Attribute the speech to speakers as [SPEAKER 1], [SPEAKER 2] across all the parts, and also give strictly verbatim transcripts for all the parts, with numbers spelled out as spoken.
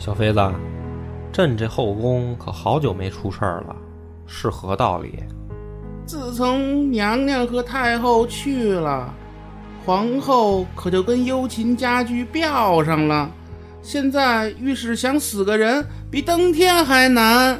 [SPEAKER 1] 小妃子，朕这后宫可好久没出事儿了，是何道理？
[SPEAKER 2] 自从娘娘和太后去了，皇后可就跟幽禽家居吊上了。现在御史想死个人，比登天还难。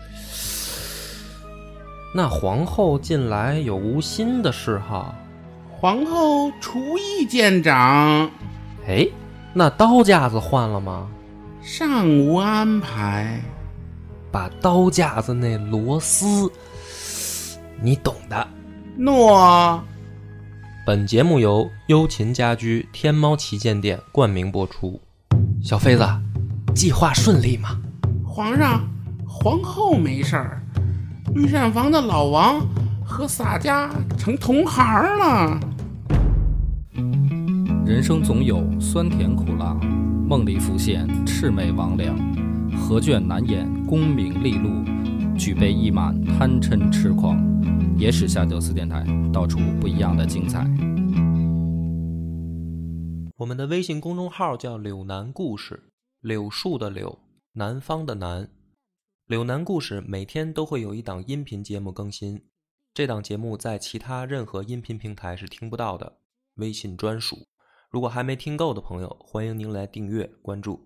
[SPEAKER 1] 那皇后近来有无新的嗜好？
[SPEAKER 2] 皇后厨艺见长。
[SPEAKER 1] 哎，那刀架子换了吗？
[SPEAKER 2] 尚无安排。
[SPEAKER 1] 把刀架子那螺丝，你懂的。
[SPEAKER 2] 诺。
[SPEAKER 1] 本节目由幽禽家居天猫旗舰店冠名播出。小妃子，计划顺利吗？
[SPEAKER 2] 皇上，皇后没事儿，御膳房的老王和洒家成同行了。
[SPEAKER 3] 人生总有酸甜苦辣，梦里浮现魑魅魍魉，何卷难掩功名利禄，举杯一满贪嗔痴狂。野史下酒四电台，道出不一样的精彩。
[SPEAKER 1] 我们的微信公众号叫柳南故事，柳树的柳，南方的南。柳南故事每天都会有一档音频节目更新，这档节目在其他任何音频平台是听不到的，微信专属。如果还没听够的朋友，欢迎您来订阅关注。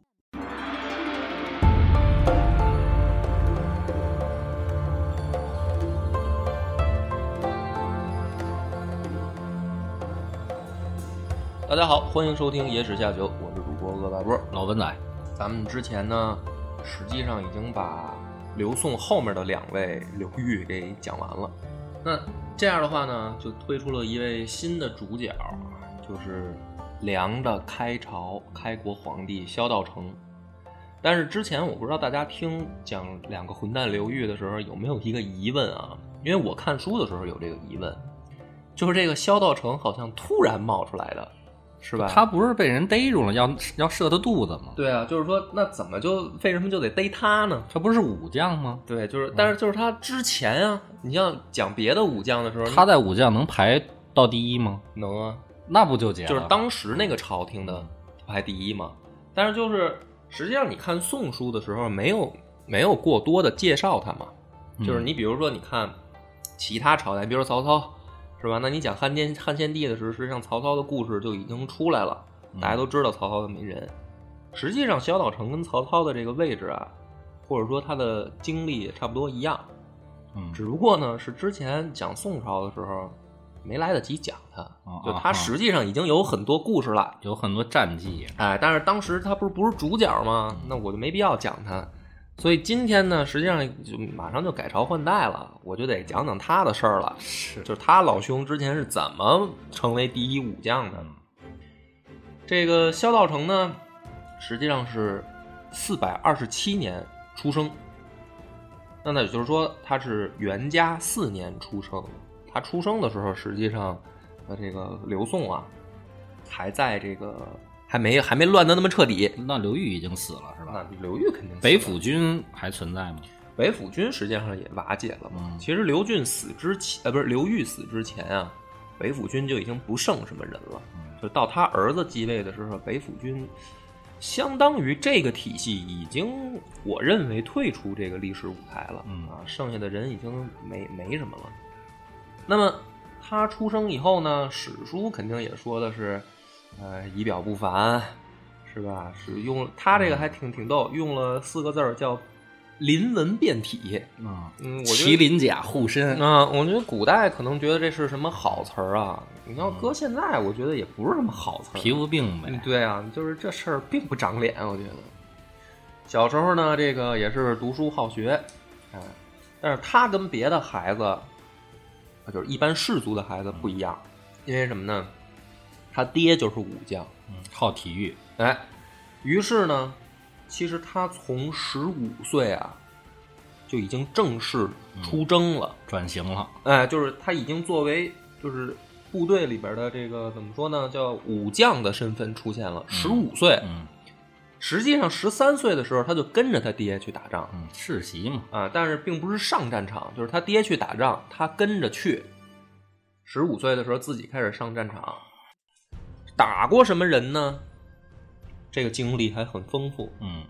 [SPEAKER 1] 大家好，欢迎收听野史下酒，我是主播恶霸波
[SPEAKER 3] 老文仔。
[SPEAKER 1] 咱们之前呢，实际上已经把刘宋后面的两位刘裕给讲完了。那这样的话呢，就推出了一位新的主角，就是梁的开朝开国皇帝萧道成。但是之前我不知道大家听讲两个混蛋刘裕的时候有没有一个疑问啊？因为我看书的时候有这个疑问，就是这个萧道成好像突然冒出来的，是吧？
[SPEAKER 3] 他不是被人逮住了，要要射他肚子吗？
[SPEAKER 1] 对啊，就是说，那怎么就为什么就得逮他呢？
[SPEAKER 3] 他不是武将吗？
[SPEAKER 1] 对，就是，但是就是他之前啊，你像讲别的武将的时候，
[SPEAKER 3] 他在武将能排到第一吗？
[SPEAKER 1] 能啊，
[SPEAKER 3] 那不就结了？
[SPEAKER 1] 就是当时那个朝廷的排第一嘛。但是就是实际上你看宋书的时候，没有没有过多的介绍他嘛。就是你比如说，你看其他朝代，比如说曹操。是吧？那你讲汉奸汉献帝的时候，实际上曹操的故事就已经出来了，大家都知道曹操的没人。实际上，萧道成跟曹操的这个位置啊，或者说他的经历也差不多一样，
[SPEAKER 3] 嗯，
[SPEAKER 1] 只不过呢是之前讲宋朝的时候没来得及讲他，
[SPEAKER 3] 哦、
[SPEAKER 1] 就他实际上已经有很多故事了，
[SPEAKER 3] 有很多战绩。
[SPEAKER 1] 哎，但是当时他不是不是主角吗？那我就没必要讲他。所以今天呢，实际上就马上就改朝换代了，我就得讲讲他的事儿了。
[SPEAKER 3] 是，
[SPEAKER 1] 就是他老兄之前是怎么成为第一武将的。这个萧道成呢，实际上是四百二十七年出生。那那也就是说，他是元嘉四年出生。他出生的时候，实际上，呃，这个刘宋啊，还在这个。还没还没乱得那么彻底，
[SPEAKER 3] 那刘裕已经死了是吧？
[SPEAKER 1] 那刘裕肯定死了。
[SPEAKER 3] 北府军还存在吗？
[SPEAKER 1] 北府军实际上也瓦解了嘛。
[SPEAKER 3] 嗯、
[SPEAKER 1] 其实刘俊死之前，呃，不是刘裕死之前啊，北府军就已经不剩什么人了。
[SPEAKER 3] 嗯、
[SPEAKER 1] 就到他儿子继位的时候，北府军相当于这个体系已经，我认为退出这个历史舞台了。
[SPEAKER 3] 嗯
[SPEAKER 1] 啊，剩下的人已经没没什么了。那么他出生以后呢，史书肯定也说的是。呃，仪表不凡，是吧？是用他这个还挺挺逗，用了四个字儿叫“临文变体”。
[SPEAKER 3] 嗯
[SPEAKER 1] 嗯，我
[SPEAKER 3] 麒麟甲护身。
[SPEAKER 1] 啊、嗯，我觉得古代可能觉得这是什么好词儿啊？你要搁现在，我觉得也不是什么好词儿。
[SPEAKER 3] 皮肤病呗。
[SPEAKER 1] 嗯，对啊，就是这事儿并不长脸，我觉得。小时候呢，这个也是读书好学，哎，但是他跟别的孩子，就是一般士族的孩子不一样，因为什么呢？他爹就是武将，
[SPEAKER 3] 嗯，好体育，
[SPEAKER 1] 哎，于是呢，其实他从十五岁啊，就已经正式出征了，
[SPEAKER 3] 嗯、转型了，
[SPEAKER 1] 哎，就是他已经作为就是部队里边的这个怎么说呢，叫武将的身份出现了。十五岁，
[SPEAKER 3] 嗯，
[SPEAKER 1] 实际上十三岁的时候他就跟着他爹去打仗，
[SPEAKER 3] 嗯，世袭嘛，
[SPEAKER 1] 啊，但是并不是上战场，就是他爹去打仗，他跟着去。十五岁的时候自己开始上战场。打过什么人呢？这个经历还很丰富。
[SPEAKER 3] 嗯，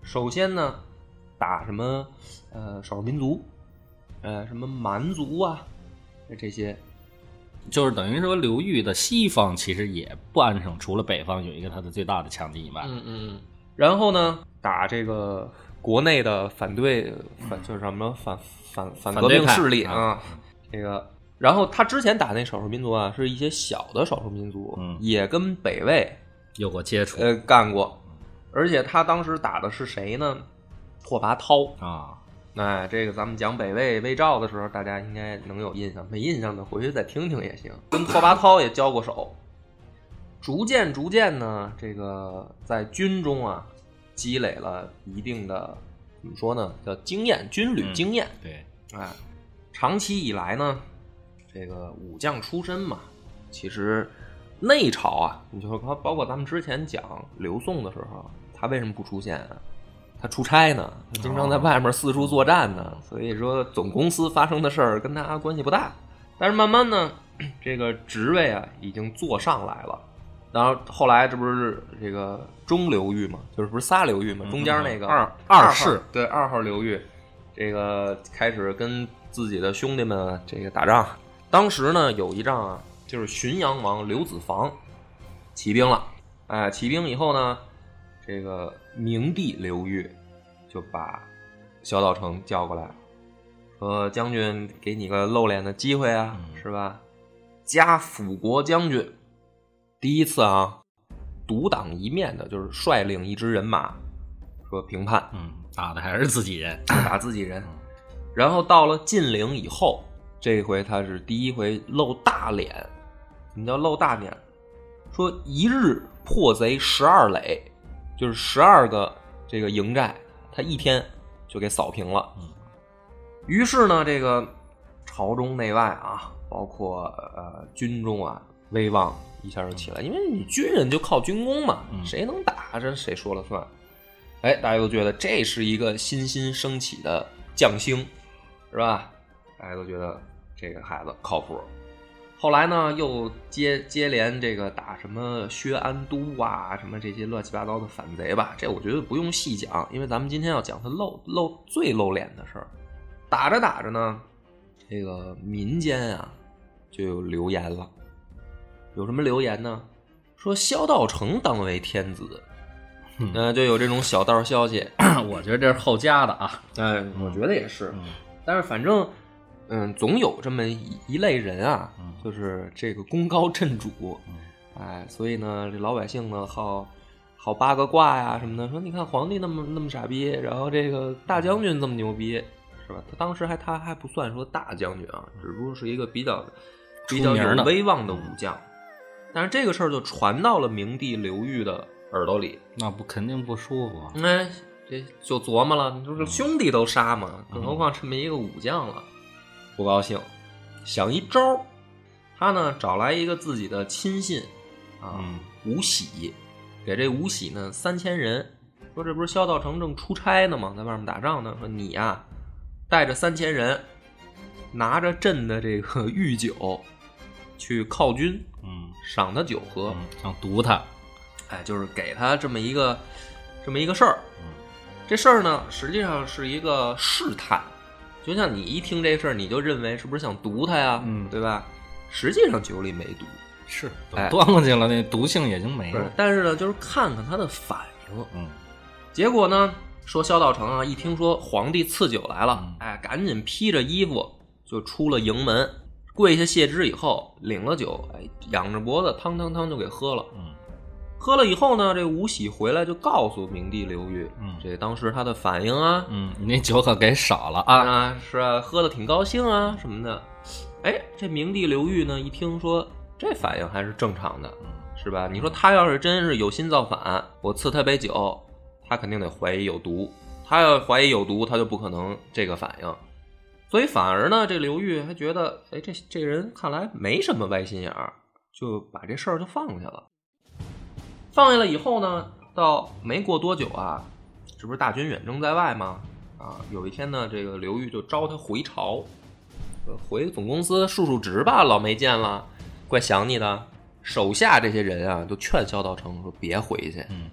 [SPEAKER 1] 首先呢，打什么呃少数民族，呃什么蛮族啊，这些，
[SPEAKER 3] 就是等于说刘裕的西方其实也不安生，除了北方有一个他的最大的强敌以外，
[SPEAKER 1] 嗯嗯，然后呢，打这个国内的反对反就是什么反反反革命势力啊，这个。然后他之前打那少数民族啊，是一些小的少数民族，
[SPEAKER 3] 嗯，
[SPEAKER 1] 也跟北魏
[SPEAKER 3] 有过接触，
[SPEAKER 1] 呃，干过。而且他当时打的是谁呢？拓跋焘
[SPEAKER 3] 啊。
[SPEAKER 1] 哎，这个咱们讲北魏魏赵的时候，大家应该能有印象，没印象的回去再听听也行。跟拓跋焘也交过手，逐渐逐渐呢，这个在军中啊，积累了一定的怎么说呢，叫经验，军旅经验。
[SPEAKER 3] 嗯、对，
[SPEAKER 1] 哎，长期以来呢。这个武将出身嘛，其实内朝啊，你就包括咱们之前讲刘宋的时候，他为什么不出现啊？他出差呢，他经常在外面四处作战呢，所以说总公司发生的事儿跟他关系不大。但是慢慢呢，这个职位啊已经坐上来了。然后后来这不是这个中刘裕嘛，就是不是仨刘裕嘛，中间那个
[SPEAKER 3] 二
[SPEAKER 1] 二
[SPEAKER 3] 世，
[SPEAKER 1] 对二号刘裕，这个开始跟自己的兄弟们这个打仗。当时呢，有一仗啊，就是浔阳王刘子房起兵了。哎，起兵以后呢，这个明帝刘裕就把萧道成叫过来，说：“将军，给你个露脸的机会啊，是吧？加辅国将军，第一次啊，独当一面的，就是率领一支人马，说平叛，
[SPEAKER 3] 嗯，打的还是自己人，
[SPEAKER 1] 打自己人。然后到了晋陵以后。”这回他是第一回露大脸，什么叫露大脸？说一日破贼十二垒，就是十二个这个营寨，他一天就给扫平了。于是呢，这个朝中内外啊，包括呃军中啊，威望一下就起来，因为你军人就靠军功嘛，谁能打这谁说了算。哎，大家都觉得这是一个新兴升起的将星，是吧？大家都觉得。这个孩子靠谱，后来呢又接接连这个打什么薛安都啊，什么这些乱七八糟的反贼吧，这我觉得不用细讲，因为咱们今天要讲他露露最露脸的事儿。打着打着呢，这个民间啊就有流言了，有什么流言呢？说萧道成当为天子，嗯、呃，就有这种小道消息。
[SPEAKER 3] 我觉得这是后加的啊，
[SPEAKER 1] 哎，我觉得也是，
[SPEAKER 3] 嗯、
[SPEAKER 1] 但是反正。嗯，总有这么一一类人啊，就是这个功高震主，哎，所以呢，这老百姓呢，好好八个卦呀什么的，说你看皇帝那么那么傻逼，然后这个大将军这么牛逼，是吧？他当时还他还不算说大将军啊，只不过是一个比较比较有威望的武将，但是这个事儿就传到了明帝刘裕的耳朵里，
[SPEAKER 3] 那不肯定不舒服啊。
[SPEAKER 1] 哎，这就琢磨了，你说这兄弟都杀嘛，更何况这么一个武将了。不高兴，想一招，他呢找来一个自己的亲信啊，
[SPEAKER 3] 嗯、
[SPEAKER 1] 吴喜，给这吴喜呢三千人，说这不是萧道成正出差呢吗，在外面打仗呢，说你呀、啊、带着三千人，拿着朕的这个御酒去犒军，
[SPEAKER 3] 嗯，
[SPEAKER 1] 赏他酒喝，
[SPEAKER 3] 嗯、想毒他，
[SPEAKER 1] 哎，就是给他这么一个这么一个事儿，嗯，这事儿呢实际上是一个试探。就像你一听这事儿，你就认为是不是想毒他呀？
[SPEAKER 3] 嗯，
[SPEAKER 1] 对吧？实际上酒里没毒，
[SPEAKER 3] 是端过去了，那毒性已经没了。
[SPEAKER 1] 但是呢，就是看看他的反应。
[SPEAKER 3] 嗯，
[SPEAKER 1] 结果呢，说萧道成啊，一听说皇帝赐酒来了，
[SPEAKER 3] 嗯、
[SPEAKER 1] 哎，赶紧披着衣服就出了营门，跪下谢旨以后，领了酒，哎，仰着脖子，汤汤汤就给喝了。
[SPEAKER 3] 嗯。
[SPEAKER 1] 喝了以后呢，这吴喜回来就告诉明帝刘裕，
[SPEAKER 3] 嗯，
[SPEAKER 1] 这当时他的反应啊，
[SPEAKER 3] 嗯，你那酒可给少了啊，
[SPEAKER 1] 啊，是啊，喝的挺高兴啊什么的。哎，这明帝刘裕呢，一听说这反应还是正常的，是吧？你说他要是真是有心造反，我赐他杯酒，他肯定得怀疑有毒，他要怀疑有毒，他就不可能这个反应。所以反而呢，这刘裕还觉得，哎，这这人看来没什么歪心眼儿，就把这事儿就放下了。放下了以后呢，到没过多久啊，这不是大军远征在外吗？啊，有一天呢，这个刘裕就招他回朝，回总公司述述职吧，老没见了，怪想你的。手下这些人啊，都劝萧道成说别回去，
[SPEAKER 3] 嗯，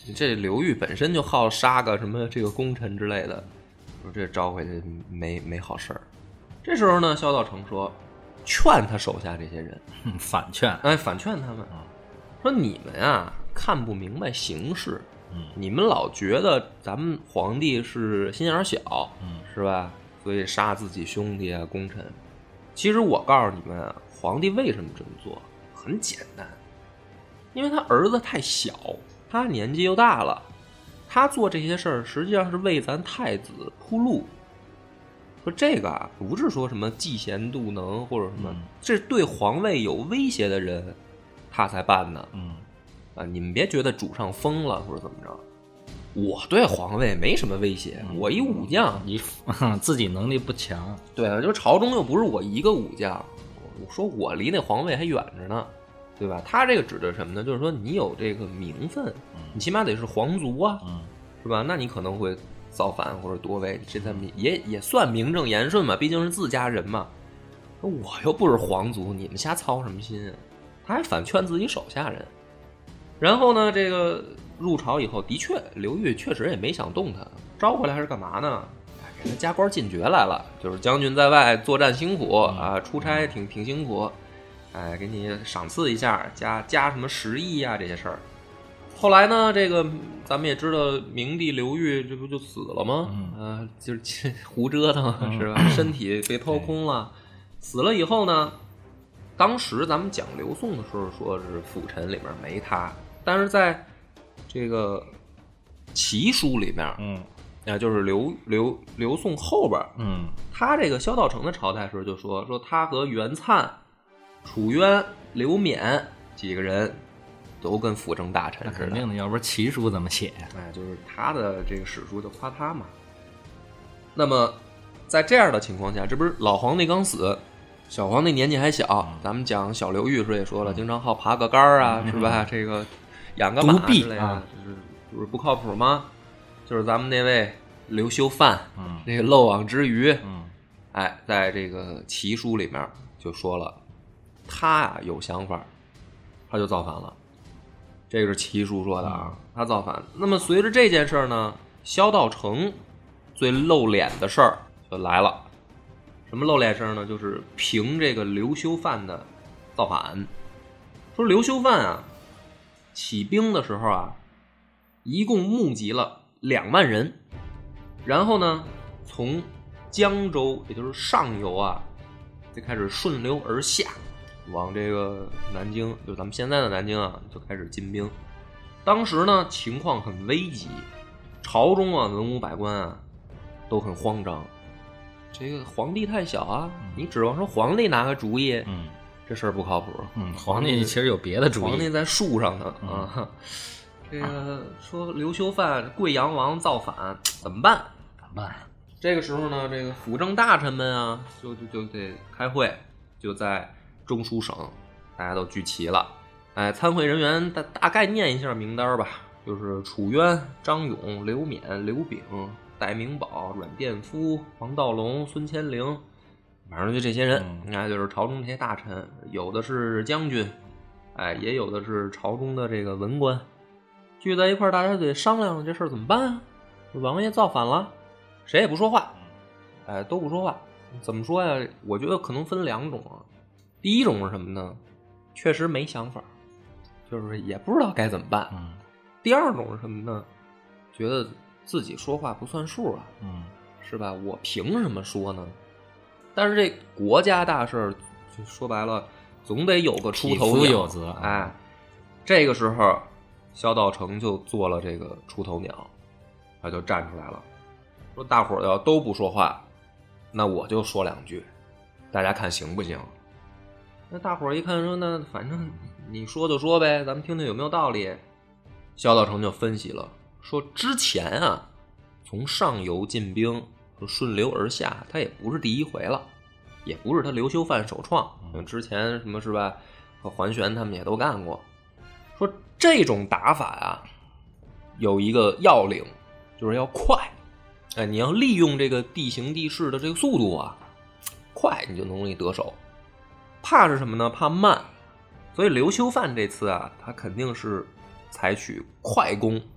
[SPEAKER 1] 这刘裕本身就好杀个什么这个功臣之类的，说这招回去没没好事儿。这时候呢，萧道成说，劝他手下这些人，
[SPEAKER 3] 嗯、反劝，
[SPEAKER 1] 哎，反劝他们，说你们啊看不明白形势，嗯，你们老觉得咱们皇帝是心眼小，嗯，是吧？所以杀自己兄弟啊功臣。其实我告诉你们啊，皇帝为什么这么做？很简单，因为他儿子太小，他年纪又大了，他做这些事儿实际上是为咱太子铺路。说这个啊，不是说什么嫉贤妒能或者什么，嗯、这对皇位有威胁的人，他才办的。嗯，啊，你们别觉得主上疯了或者怎么着，我对皇位没什么威胁，嗯、我一武将，
[SPEAKER 3] 你自己能力不强。
[SPEAKER 1] 对啊，就朝中又不是我一个武将，我说我离那皇位还远着呢，对吧？他这个指的什么呢？就是说你有这个名分，嗯、你起码得是皇族啊，嗯、是吧？那你可能会造反或者夺位，这才也也算名正言顺嘛，毕竟是自家人嘛。我又不是皇族，你们瞎操什么心啊？他还反劝自己手下人。然后呢，这个入朝以后，的确刘裕确实也没想动他，招回来是干嘛呢？给他加官进爵来了，就是将军在外作战辛苦啊，出差挺挺辛苦，哎，给你赏赐一下，加加什么十亿啊这些事儿。后来呢，这个咱们也知道，明帝刘裕这不就死了吗？嗯、呃，就是胡折腾是吧？嗯、身体被掏空了，死了以后呢，当时咱们讲刘宋的时候说是辅臣里面没他，但是在这个齐书里面，嗯。啊，就是刘刘刘宋后边，嗯，他这个萧道成的朝代时候就说说他和袁粲、楚渊、刘勉几个人都跟辅政大臣似的，
[SPEAKER 3] 肯定的，要不然齐书怎么写？
[SPEAKER 1] 哎，就是他的这个史书就夸他嘛。那么在这样的情况下，这不是老皇帝刚死，小皇帝年纪还小，嗯、咱们讲小刘裕时候也说了，嗯、经常好爬个杆啊，嗯、是吧？这个养个马之类的，啊、就是就是不靠谱吗？就是咱们那位刘修范，嗯，这个漏网之鱼，嗯，哎，在这个齐书里面就说了，他呀有想法，他就造反了。这个是齐书说的啊，他造反。那么随着这件事呢，萧道成最露脸的事儿就来了。什么露脸事儿呢？就是凭这个刘修范的造反。说刘修范啊，起兵的时候啊，一共募集了两万人，然后呢，从江州，也就是上游啊，就开始顺流而下，往这个南京，就咱们现在的南京啊，就开始进兵。当时呢，情况很危急，朝中啊，文武百官啊，都很慌张。这个皇帝太小啊，你指望说皇帝拿个主意，嗯，这事儿不靠谱。
[SPEAKER 3] 嗯，皇帝其实有别的主意，
[SPEAKER 1] 皇帝在树上呢啊。嗯这个说刘修范贵阳王造反怎么办？
[SPEAKER 3] 怎么办？
[SPEAKER 1] 这个时候呢，这个辅政大臣们啊，就就就得开会，就在中书省，大家都聚齐了。哎，参会人员大大概念一下名单吧，就是楚渊、张勇、刘勉、刘炳、戴明宝、阮殿夫、王道隆、孙千灵，反正就这些人，你看、嗯、就是朝中这些大臣，有的是将军，哎，也有的是朝中的这个文官。聚在一块儿，大家得商量这事儿怎么办啊？王爷造反了，谁也不说话，哎，都不说话。怎么说呀？我觉得可能分两种啊。第一种是什么呢？确实没想法，就是也不知道该怎么办。嗯。第二种是什么呢？觉得自己说话不算数啊，嗯，是吧？我凭什么说呢？但是这国家大事儿，就说白了，总得有个出头鸟，
[SPEAKER 3] 匹夫有责。
[SPEAKER 1] 哎，这个时候。萧道成就做了这个出头鸟，他就站出来了，说大伙儿要都不说话，那我就说两句，大家看行不行？那大伙儿一看说，那反正你说就说呗，咱们听听有没有道理。萧道成就分析了，说之前啊，从上游进兵，说顺流而下，他也不是第一回了，也不是他刘修范首创，之前什么是吧，和桓玄他们也都干过。说这种打法啊，有一个要领，就是要快。哎，你要利用这个地形地势的这个速度啊，快你就能容易得手。怕是什么呢？怕慢。所以刘修范这次啊，他肯定是采取快攻，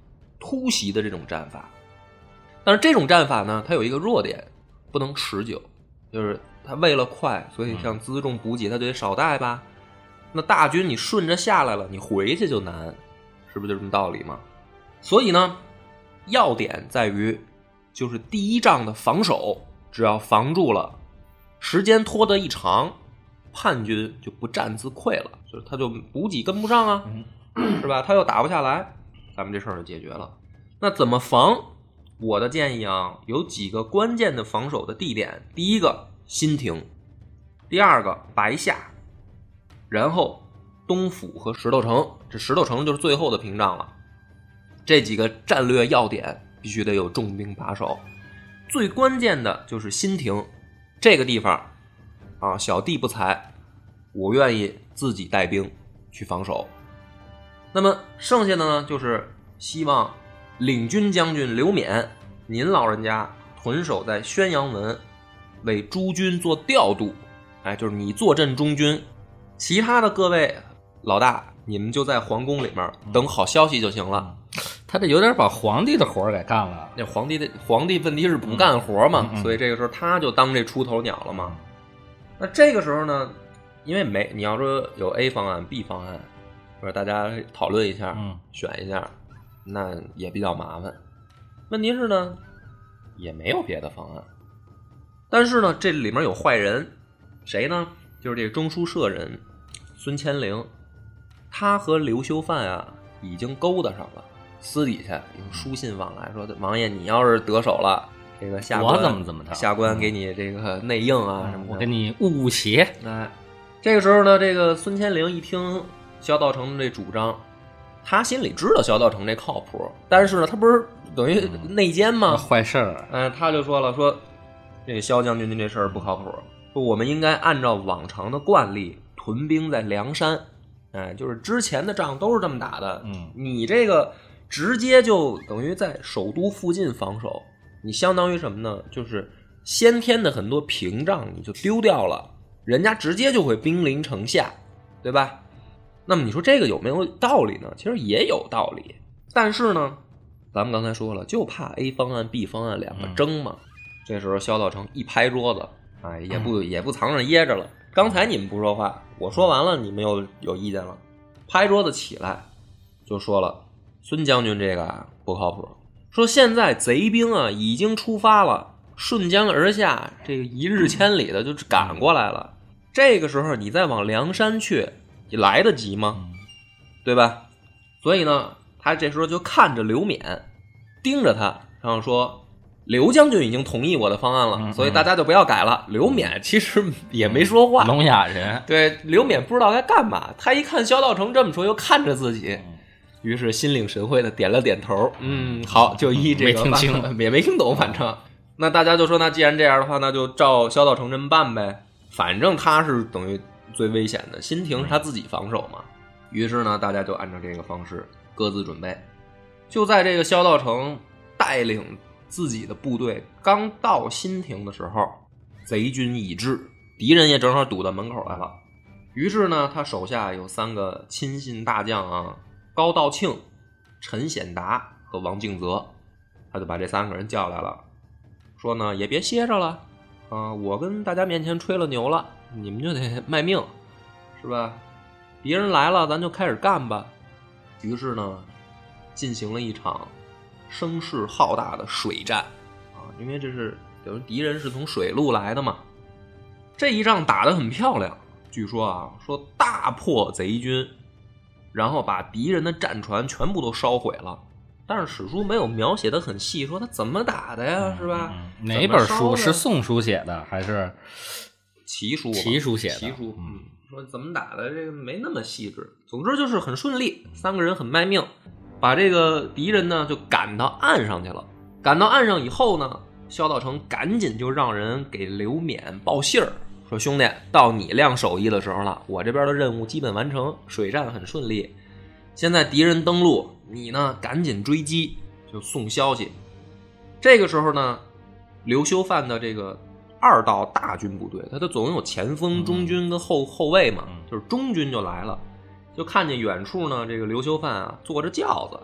[SPEAKER 1] 突袭的这种战法。但是这种战法呢，它有一个弱点，不能持久，就是它为了快，所以像辎重补给它就得少带吧。那大军你顺着下来了，你回去就难，是不是就这么道理吗？所以呢，要点在于就是第一仗的防守，只要防住了，时间拖得一长，叛军就不战自溃了，就是他就补给跟不上啊，是吧？他又打不下来，咱们这事儿就解决了。那怎么防？我的建议啊，有几个关键的防守的地点。第一个新亭，第二个白下，然后东府和石头城，这石头城就是最后的屏障了。这几个战略要点必须得有重兵把守。最关键的就是新亭这个地方啊，小弟不才，我愿意自己带兵去防守。那么剩下的呢，就是希望领军将军刘勉，您老人家屯守在宣阳门，为诸军做调度。哎，就是你坐镇中军，其他的各位老大，你们就在皇宫里面等好消息就行了。
[SPEAKER 3] 他这有点把皇帝的活给干了。
[SPEAKER 1] 那皇帝的皇帝问题是不干活嘛、
[SPEAKER 3] 嗯嗯嗯、
[SPEAKER 1] 所以这个时候他就当这出头鸟了嘛。那这个时候呢，因为没你要说有 A 方案 B 方案，或者大家讨论一下、嗯、选一下，那也比较麻烦。问题是呢，也没有别的方案。但是呢，这里面有坏人，谁呢？就是这个中书舍人孙千灵，他和刘修范啊已经勾搭上了，私底下有书信往来，说王爷你要是得手了，这个下官
[SPEAKER 3] 我怎么怎么着，
[SPEAKER 1] 下官给你这个内应啊、嗯、什么的，
[SPEAKER 3] 我给你误误邪。
[SPEAKER 1] 哎，这个时候呢，这个孙千灵一听萧道成的这主张，他心里知道萧道成这靠谱，但是呢，他不是等于内奸吗？
[SPEAKER 3] 坏、嗯、事儿。
[SPEAKER 1] 嗯、呃，他就说了，说这个萧将军这事儿不靠谱，说我们应该按照往常的惯例屯兵在梁山。哎，就是之前的仗都是这么打的，
[SPEAKER 3] 嗯，
[SPEAKER 1] 你这个直接就等于在首都附近防守，你相当于什么呢？就是先天的很多屏障你就丢掉了，人家直接就会兵临城下，对吧？那么你说这个有没有道理呢？其实也有道理，但是呢，咱们刚才说了，就怕 A 方案 B 方案两个争嘛。嗯、这时候萧道成一拍桌子，哎，也不、嗯、也不藏着掖着了。刚才你们不说话，我说完了，你们又有意见了，拍桌子起来就说了，孙将军这个啊不靠谱，说现在贼兵啊已经出发了，顺江而下，这个一日千里的就赶过来了，这个时候你再往梁山去，你来得及吗？对吧？所以呢，他这时候就看着刘勉，盯着他，然后说，刘将军已经同意我的方案了，嗯嗯，所以大家就不要改了。刘勉其实也没说话，
[SPEAKER 3] 聋哑人。
[SPEAKER 1] 对，刘勉不知道该干嘛。他一看萧道成这么说，又看着自己，于是心领神会的点了点头。嗯，好，就依这个，
[SPEAKER 3] 没听清，
[SPEAKER 1] 也没听懂，反正。那大家就说，那既然这样的话，那就照萧道成这么办呗。反正他是等于最危险的，新亭是他自己防守嘛。于是呢，大家就按照这个方式各自准备。就在这个萧道成带领自己的部队刚到新亭的时候，贼军已至，敌人也正好堵到门口来了。于是呢，他手下有三个亲信大将啊，高道庆、陈显达和王敬泽，他就把这三个人叫来了，说呢也别歇着了啊、呃，我跟大家面前吹了牛了，你们就得卖命，是吧？敌人来了，咱就开始干吧。于是呢，进行了一场声势浩大的水战啊，因为这是等于敌人是从水路来的嘛。这一仗打得很漂亮，据说啊，说大破贼军，然后把敌人的战船全部都烧毁了。但是史书没有描写的很细，说他怎么打的呀，是吧？
[SPEAKER 3] 嗯、哪本书是宋书写的还是
[SPEAKER 1] 齐书？
[SPEAKER 3] 齐书写的。
[SPEAKER 1] 齐书，嗯，说怎么打的，这个没那么细致。总之就是很顺利，三个人很卖命。把这个敌人呢就赶到岸上去了。赶到岸上以后呢，萧道成赶紧就让人给刘勉报信儿，说兄弟，到你亮手艺的时候了，我这边的任务基本完成，水战很顺利。现在敌人登陆，你呢赶紧追击，就送消息。这个时候呢，刘修范的这个二道大军部队，他的总有前锋、中军跟后后卫嘛，就是中军就来了。就看见远处呢，这个刘修范啊坐着轿子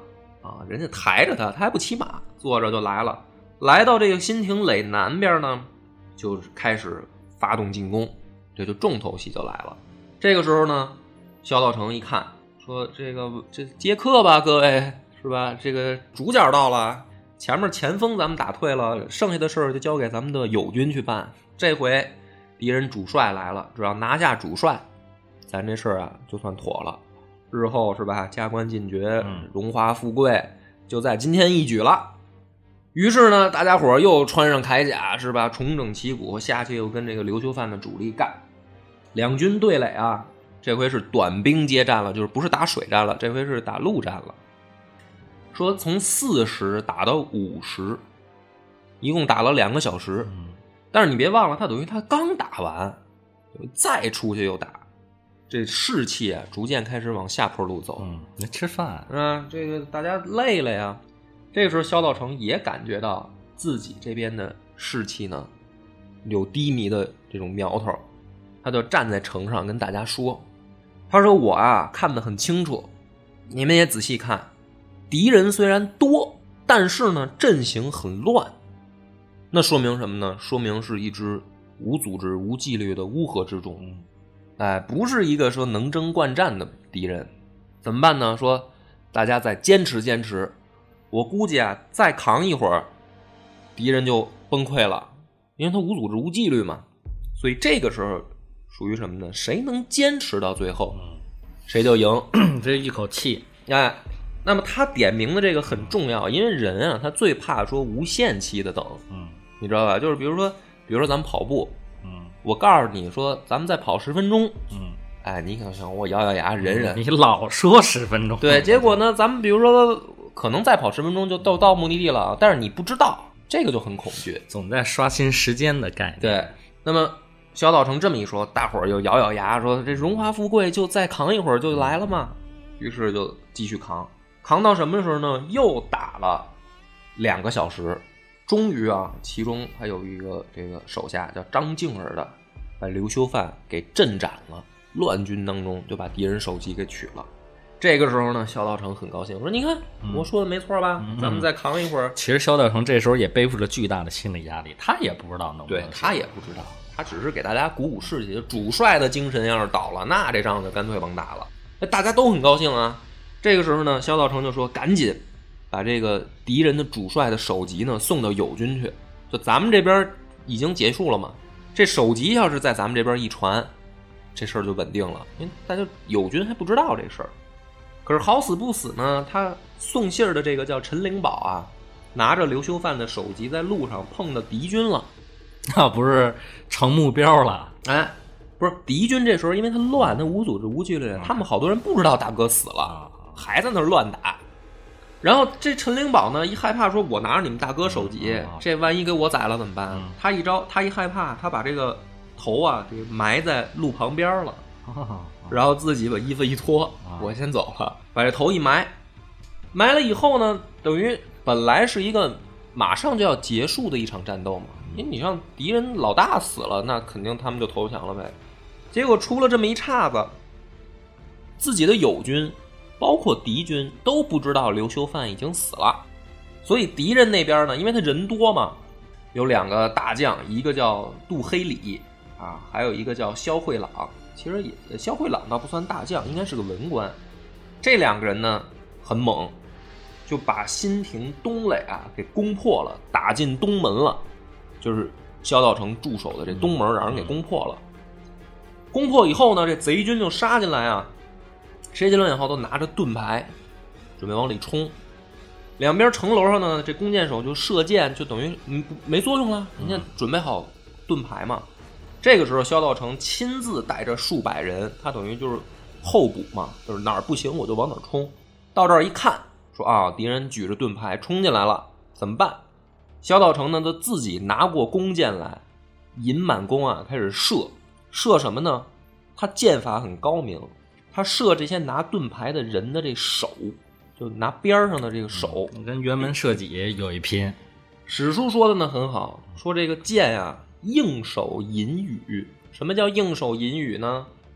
[SPEAKER 1] 啊，人家抬着他，他还不骑马，坐着就来了。来到这个新亭垒南边呢，就开始发动进攻，这就重头戏就来了。这个时候呢，萧道成一看，说这个这接客吧，各位，是吧？这个主角到了，前面前锋咱们打退了，剩下的事儿就交给咱们的友军去办。这回敌人主帅来了，只要拿下主帅，咱这事儿啊就算妥了。日后是吧，加官进爵，荣华富贵，就在今天一举了。于是呢，大家伙又穿上铠甲，是吧？重整旗鼓，下去又跟这个刘秀范的主力干。两军对垒啊，这回是短兵接战了，就是不是打水战了，这回是打陆战了。说从四十打到五十，一共打了两个小时。但是你别忘了，他等于他刚打完，再出去又打，这士气啊，逐渐开始往下坡路走。
[SPEAKER 3] 嗯，没吃饭，
[SPEAKER 1] 嗯，这个大家累了呀。这个时候，萧道成也感觉到自己这边的士气呢有低迷的这种苗头，他就站在城上跟大家说：“他说我啊看得很清楚，你们也仔细看，敌人虽然多，但是呢阵型很乱。那说明什么呢？说明是一支无组织、无纪律的乌合之众。哎，不是一个说能征惯战的敌人。怎么办呢？说大家再坚持坚持。”我估计啊，再扛一会儿，敌人就崩溃了，因为他无组织、无纪律嘛。所以这个时候属于什么呢？谁能坚持到最后，谁就赢。
[SPEAKER 3] 这一口气，
[SPEAKER 1] 哎，那么他点名的这个很重要，因为人啊，他最怕说无限期的等，嗯，你知道吧？就是比如说，比如说咱们跑步，嗯，我告诉你说，咱们再跑十分钟，嗯，哎，你可想我咬咬牙忍忍，
[SPEAKER 3] 你老说十分钟，
[SPEAKER 1] 对，结果呢，咱们比如说。可能再跑十分钟就到到目的地了，但是你不知道，这个就很恐惧，
[SPEAKER 3] 总在刷新时间的概念。
[SPEAKER 1] 对，那么萧道成这么一说，大伙儿就咬咬牙说：“这荣华富贵就再扛一会儿就来了嘛。”于是就继续扛，扛到什么时候呢？又打了两个小时，终于啊，其中还有一个这个手下叫张敬儿的，把刘修范给镇斩了，乱军当中就把敌人首级给取了。这个时候呢，萧道成很高兴，说：“你看，我说的没错吧？嗯、咱们再扛一会儿。”
[SPEAKER 3] 其实萧道成这时候也背负着巨大的心理压力，他也不知道能不能。
[SPEAKER 1] 对，他也不知道，他只是给大家鼓舞士气。主帅的精神要是倒了，那这仗就干脆甭打了。那大家都很高兴啊。这个时候呢，萧道成就说：“赶紧把这个敌人的主帅的首级呢送到友军去。就咱们这边已经结束了嘛，这首级要是在咱们这边一传，这事儿就稳定了。因为大家友军还不知道这事儿。”可是好死不死呢，他送信儿的这个叫陈灵宝啊，拿着刘修范的首级在路上碰到敌军了，
[SPEAKER 3] 那不是成目标了？
[SPEAKER 1] 哎，不是敌军这时候因为他乱，他无组织无纪律，他们好多人不知道大哥死了，还在那乱打。然后这陈灵宝呢，一害怕说，我拿着你们大哥首级，这万一给我宰了怎么办？他一招，他一害怕，他把这个头啊，这埋在路旁边了。然后自己把衣服一脱，我先走了，把这头一埋，埋了以后呢，等于本来是一个马上就要结束的一场战斗嘛，因为你让敌人老大死了，那肯定他们就投降了呗。结果出了这么一岔子，自己的友军包括敌军都不知道刘修范已经死了，所以敌人那边呢，因为他人多嘛，有两个大将，一个叫杜黑礼啊，还有一个叫萧慧朗。其实也萧慧朗倒不算大将，应该是个文官。这两个人呢很猛，就把新亭东垒啊给攻破了，打进东门了，就是萧道成驻守的这东门让人给攻破了。攻破以后呢，这贼军就杀进来啊，杀进来以后都拿着盾牌准备往里冲。两边城楼上呢，这弓箭手就射箭，就等于没作用了，人家准备好盾牌嘛。这个时候萧道成亲自带着数百人，他等于就是候补嘛，就是哪儿不行我就往哪儿冲。到这儿一看，说啊，敌人举着盾牌冲进来了，怎么办？萧道成呢就自己拿过弓箭来，引满弓啊，开始射。射什么呢？他箭法很高明，他射这些拿盾牌的人的这手，就拿边上的这个手，
[SPEAKER 3] 嗯、跟辕门射戟有一拼。
[SPEAKER 1] 史书说的呢很好，说这个箭啊应手引羽。什么叫应手引羽呢？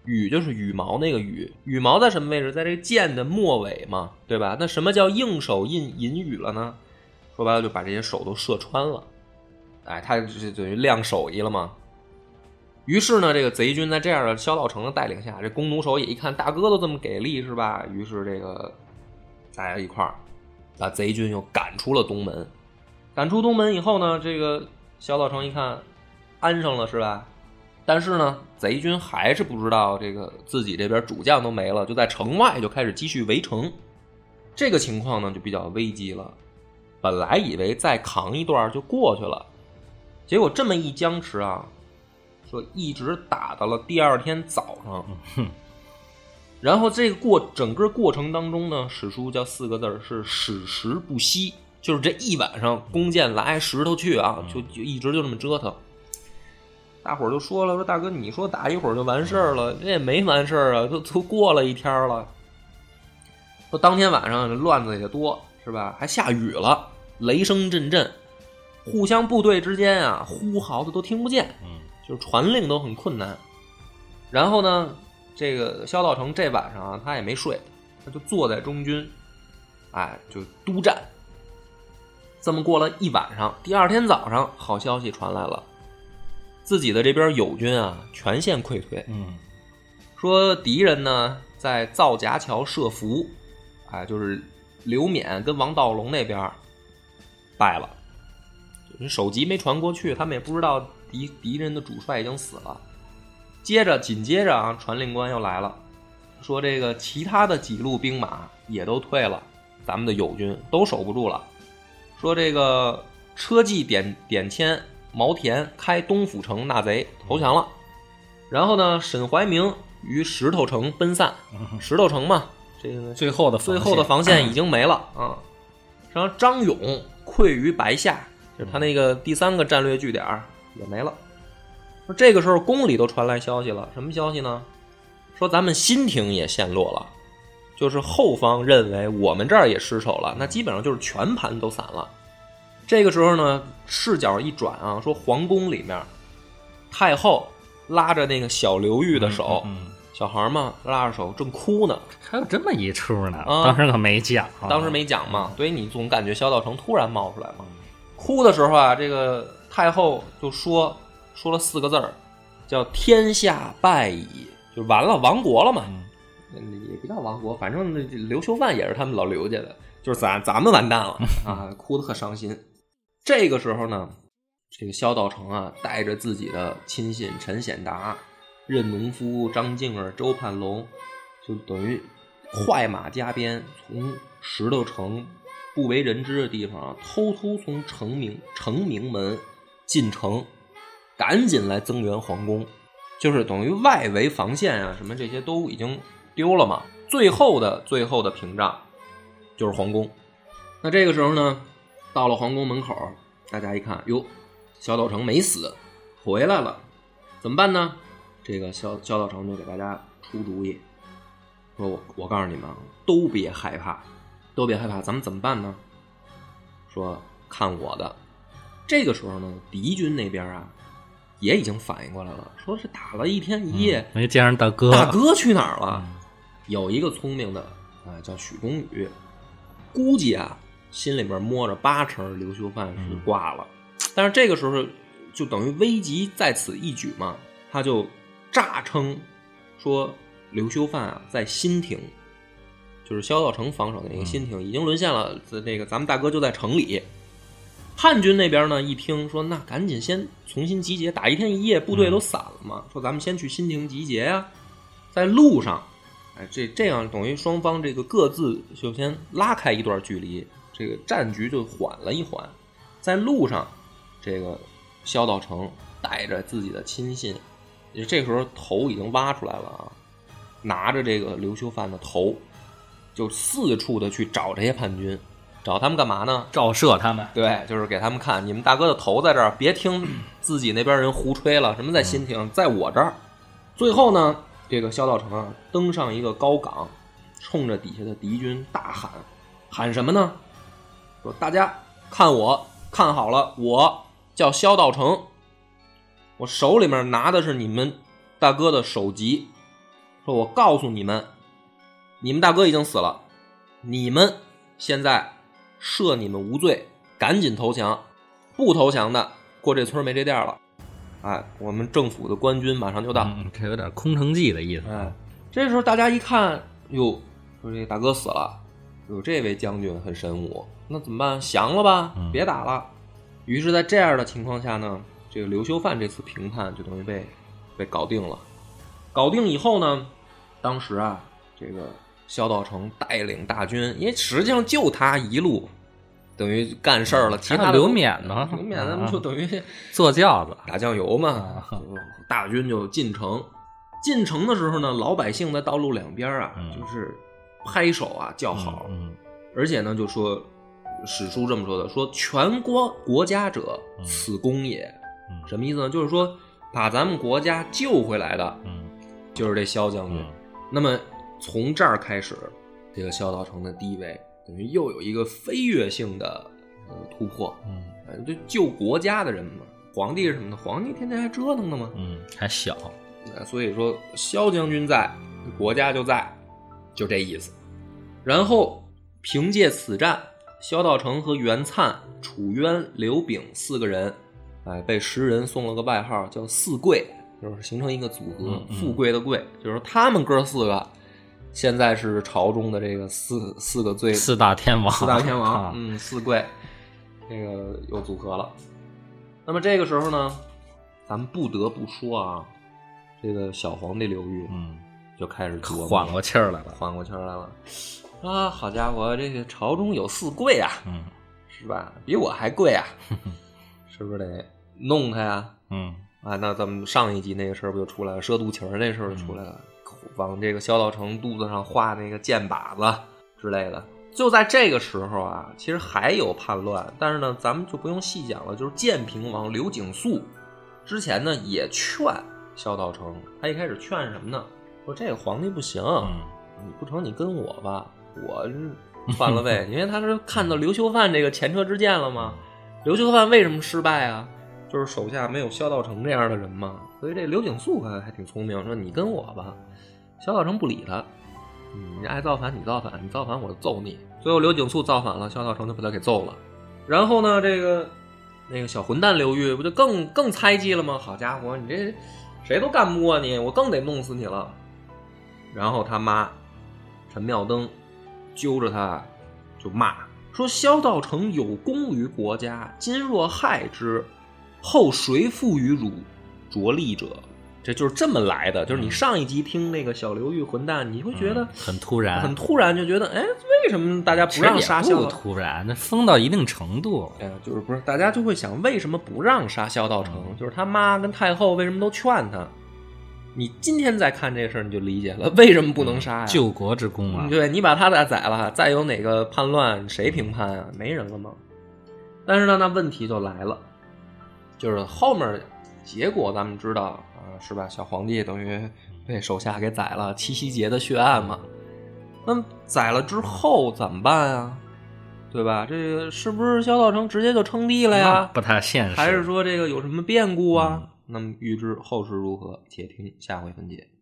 [SPEAKER 1] 羽就是羽毛那个羽，羽毛在什么位置？在这个剑的末尾嘛，对吧？那什么叫应手印引羽了呢？说白了就把这些手都射穿了，哎，他就等于亮手艺了嘛。于是呢，这个贼军在这样的萧道成的带领下，这弓弩手也一看大哥都这么给力是吧？于是这个大家一块儿把贼军又赶出了东门。赶出东门以后呢，这个萧道成一看安上了是吧？但是呢，贼军还是不知道这个自己这边主将都没了，就在城外就开始继续围城。这个情况呢就比较危机了。本来以为再扛一段就过去了，结果这么一僵持啊，说一直打到了第二天早上。然后这个过整个过程当中呢，史书叫四个字是矢石不息，就是这一晚上弓箭来石头去啊，就就一直就这么折腾。大伙儿就说了，说大哥你说打一会儿就完事儿了，这也没完事儿啊，都都过了一天了。说当天晚上乱子也多是吧，还下雨了，雷声阵阵，互相部队之间啊呼号的都听不见，就是传令都很困难。然后呢，这个萧道成这晚上啊他也没睡，他就坐在中军，哎，就督战。这么过了一晚上，第二天早上好消息传来了，自己的这边友军啊全线溃退。嗯，说敌人呢在皂荚桥设伏，哎，就是刘勉跟王道隆那边败了，首级没传过去，他们也不知道敌敌人的主帅已经死了。接着紧接着啊，传令官又来了，说这个其他的几路兵马也都退了，咱们的友军都守不住了。说这个车骑点点签毛田开东府城纳贼投降了，然后呢，沈怀明于石头城奔散。石头城嘛，这个
[SPEAKER 3] 最后的
[SPEAKER 1] 最后的防线已经没了啊。然后张勇溃于白下，就是他那个第三个战略据点也没了。说这个时候宫里都传来消息了，什么消息呢？说咱们新亭也陷落了，就是后方认为我们这儿也失守了，那基本上就是全盘都散了。这个时候呢，视角一转啊，说皇宫里面太后拉着那个小刘裕的手，嗯嗯嗯、小孩嘛拉着手正哭呢。
[SPEAKER 3] 还有这么一出呢、啊、当时可没讲、啊、
[SPEAKER 1] 当时没讲嘛，所以你总感觉萧道成突然冒出来嘛。哭的时候啊，这个太后就说说了四个字儿，叫天下败矣，就完了，亡国了嘛。嗯、也不叫亡国，反正刘秀范也是他们老刘家的，就是咱咱们完蛋了啊，哭得特伤心。这个时候呢，这个萧道成啊，带着自己的亲信陈显达、任农夫、张敬儿、周盼龙，就等于快马加鞭，从石头城不为人知的地方啊，偷偷从城明城明门进城，赶紧来增援皇宫，就是等于外围防线啊，什么这些都已经丢了嘛。最后的最后的屏障就是皇宫。那这个时候呢，到了皇宫门口，大家一看，哟，萧道成没死，回来了，怎么办呢？这个萧萧道成就给大家出主意，说我我告诉你们，都别害怕，都别害怕，咱们怎么办呢？说看我的。这个时候呢，敌军那边啊，也已经反应过来了，说是打了一天一夜，
[SPEAKER 3] 嗯、没见着大哥，
[SPEAKER 1] 大哥去哪儿了？嗯、有一个聪明的啊、呃，叫许公宇，估计啊。心里边摸着八成刘秀范是挂了、嗯、但是这个时候就等于危急在此一举嘛，他就诈称说刘秀范啊在新亭，就是萧道成防守的那个新亭、嗯、已经沦陷了，那个咱们大哥就在城里。汉军那边呢一听说，那赶紧先重新集结，打一天一夜部队都散了嘛、嗯、说咱们先去新亭集结呀、啊，在路上哎，这这样等于双方这个各自就先拉开一段距离，这个战局就缓了一缓。在路上，这个萧道成带着自己的亲信，也这个时候头已经挖出来了啊，拿着这个刘秀范的头，就四处的去找这些叛军，找他们干嘛呢？
[SPEAKER 3] 照射他们。
[SPEAKER 1] 对，就是给他们看，你们大哥的头在这儿，别听自己那边人胡吹了，什么在新亭，在我这儿。最后呢，这个萧道成啊，登上一个高岗，冲着底下的敌军大喊，喊什么呢？说大家看我，看好了，我叫萧道成，我手里面拿的是你们大哥的首级， 说我告诉你们，你们大哥已经死了，你们现在赦你们无罪，赶紧投降，不投降的过这村没这店了。哎，我们政府的官军马上就到。
[SPEAKER 3] 嗯，这有点空城计的意思。
[SPEAKER 1] 哎，这时候大家一看，哟，说这大哥死了，有这位将军很神武，那怎么办？降了吧，别打了。于是，在这样的情况下呢，这个刘修范这次平叛就等于被被搞定了。搞定以后呢，当时啊，这个萧道成带领大军，因为实际上就他一路。等于干事儿了，其他
[SPEAKER 3] 刘勉呢？
[SPEAKER 1] 刘勉他们就等于
[SPEAKER 3] 坐轿子
[SPEAKER 1] 打酱油嘛。大军就进城，进城的时候呢，老百姓在道路两边啊，嗯、就是拍手啊叫好，
[SPEAKER 3] 嗯嗯、
[SPEAKER 1] 而且呢就说史书这么说的，说全国国家者，此公也。
[SPEAKER 3] 嗯、
[SPEAKER 1] 什么意思呢？就是说把咱们国家救回来的，
[SPEAKER 3] 嗯、
[SPEAKER 1] 就是这萧将军。
[SPEAKER 3] 嗯、
[SPEAKER 1] 那么从这儿开始，这个萧道成的地位。等于又有一个飞跃性的、呃、突破，
[SPEAKER 3] 嗯，
[SPEAKER 1] 就救国家的人嘛。皇帝是什么呢？皇帝天天还折腾呢嘛，
[SPEAKER 3] 嗯，还小，
[SPEAKER 1] 所以说萧将军在，国家就在，就这意思。然后凭借此战，萧道成和袁粲、楚渊、刘炳四个人，哎，被时人送了个外号叫四贵，就是形成一个组合，
[SPEAKER 3] 嗯嗯、
[SPEAKER 1] 富贵的贵，就是他们哥四个。现在是朝中的这个四四个最
[SPEAKER 3] 四大天王，
[SPEAKER 1] 四大天王，
[SPEAKER 3] 啊、
[SPEAKER 1] 嗯，四贵，这个又组合了。那么这个时候呢，咱们不得不说啊，这个小皇帝刘裕，
[SPEAKER 3] 嗯，
[SPEAKER 1] 就开始
[SPEAKER 3] 缓过气儿来了，
[SPEAKER 1] 缓过气儿来了。啊，好家伙，这个朝中有四贵啊，
[SPEAKER 3] 嗯，
[SPEAKER 1] 是吧？比我还贵啊，是不是得弄他呀？
[SPEAKER 3] 嗯，
[SPEAKER 1] 啊，那咱们上一集那个事儿不就出来了？射肚脐儿那事儿就出来了。嗯，往这个萧道成肚子上画那个箭靶子之类的。就在这个时候啊，其实还有叛乱，但是呢，咱们就不用细讲了。就是建平王刘景素之前呢也劝萧道成，他一开始劝什么呢？说这个皇帝不行，
[SPEAKER 3] 嗯、
[SPEAKER 1] 你不成你跟我吧，我犯了位，因为他是看到刘修范这个前车之鉴了嘛。刘修范为什么失败啊？就是手下没有萧道成这样的人嘛，所以这刘景素还还挺聪明，说你跟我吧。萧道成不理他，你爱造反你造反，你造反我就揍你。最后刘景素造反了，萧道成就把他给揍了。然后呢，这个那个小混蛋刘裕不就更更猜忌了吗？好家伙，你这谁都干不过你，我更得弄死你了。然后他妈陈妙登揪着他就骂说：“萧道成有功于国家，今若害之，后谁负于汝着力者？”这就是这么来的，就是你上一集听那个小刘裕混蛋，你会觉得、
[SPEAKER 3] 嗯、很突然，
[SPEAKER 1] 很突然，就觉得哎，为什么大家不让杀萧道成？
[SPEAKER 3] 不突然，那疯到一定程度，
[SPEAKER 1] 哎，就是不是大家就会想，为什么不让杀萧道成？嗯、就是他妈跟太后为什么都劝他？你今天再看这事儿，你就理解了为什么不能杀呀、嗯？
[SPEAKER 3] 救国之功啊！
[SPEAKER 1] 对，你把他再宰了，再有哪个叛乱，谁平叛啊？没人了吗？但是呢，那问题就来了，就是后面结果咱们知道。是吧？小皇帝等于被手下给宰了，七夕节的血案嘛。那么宰了之后怎么办啊？对吧？这个是不是萧道成直接就称帝了呀？
[SPEAKER 3] 不太现实。
[SPEAKER 1] 还是说这个有什么变故啊？嗯、那么预知后事如何，且听下回分解。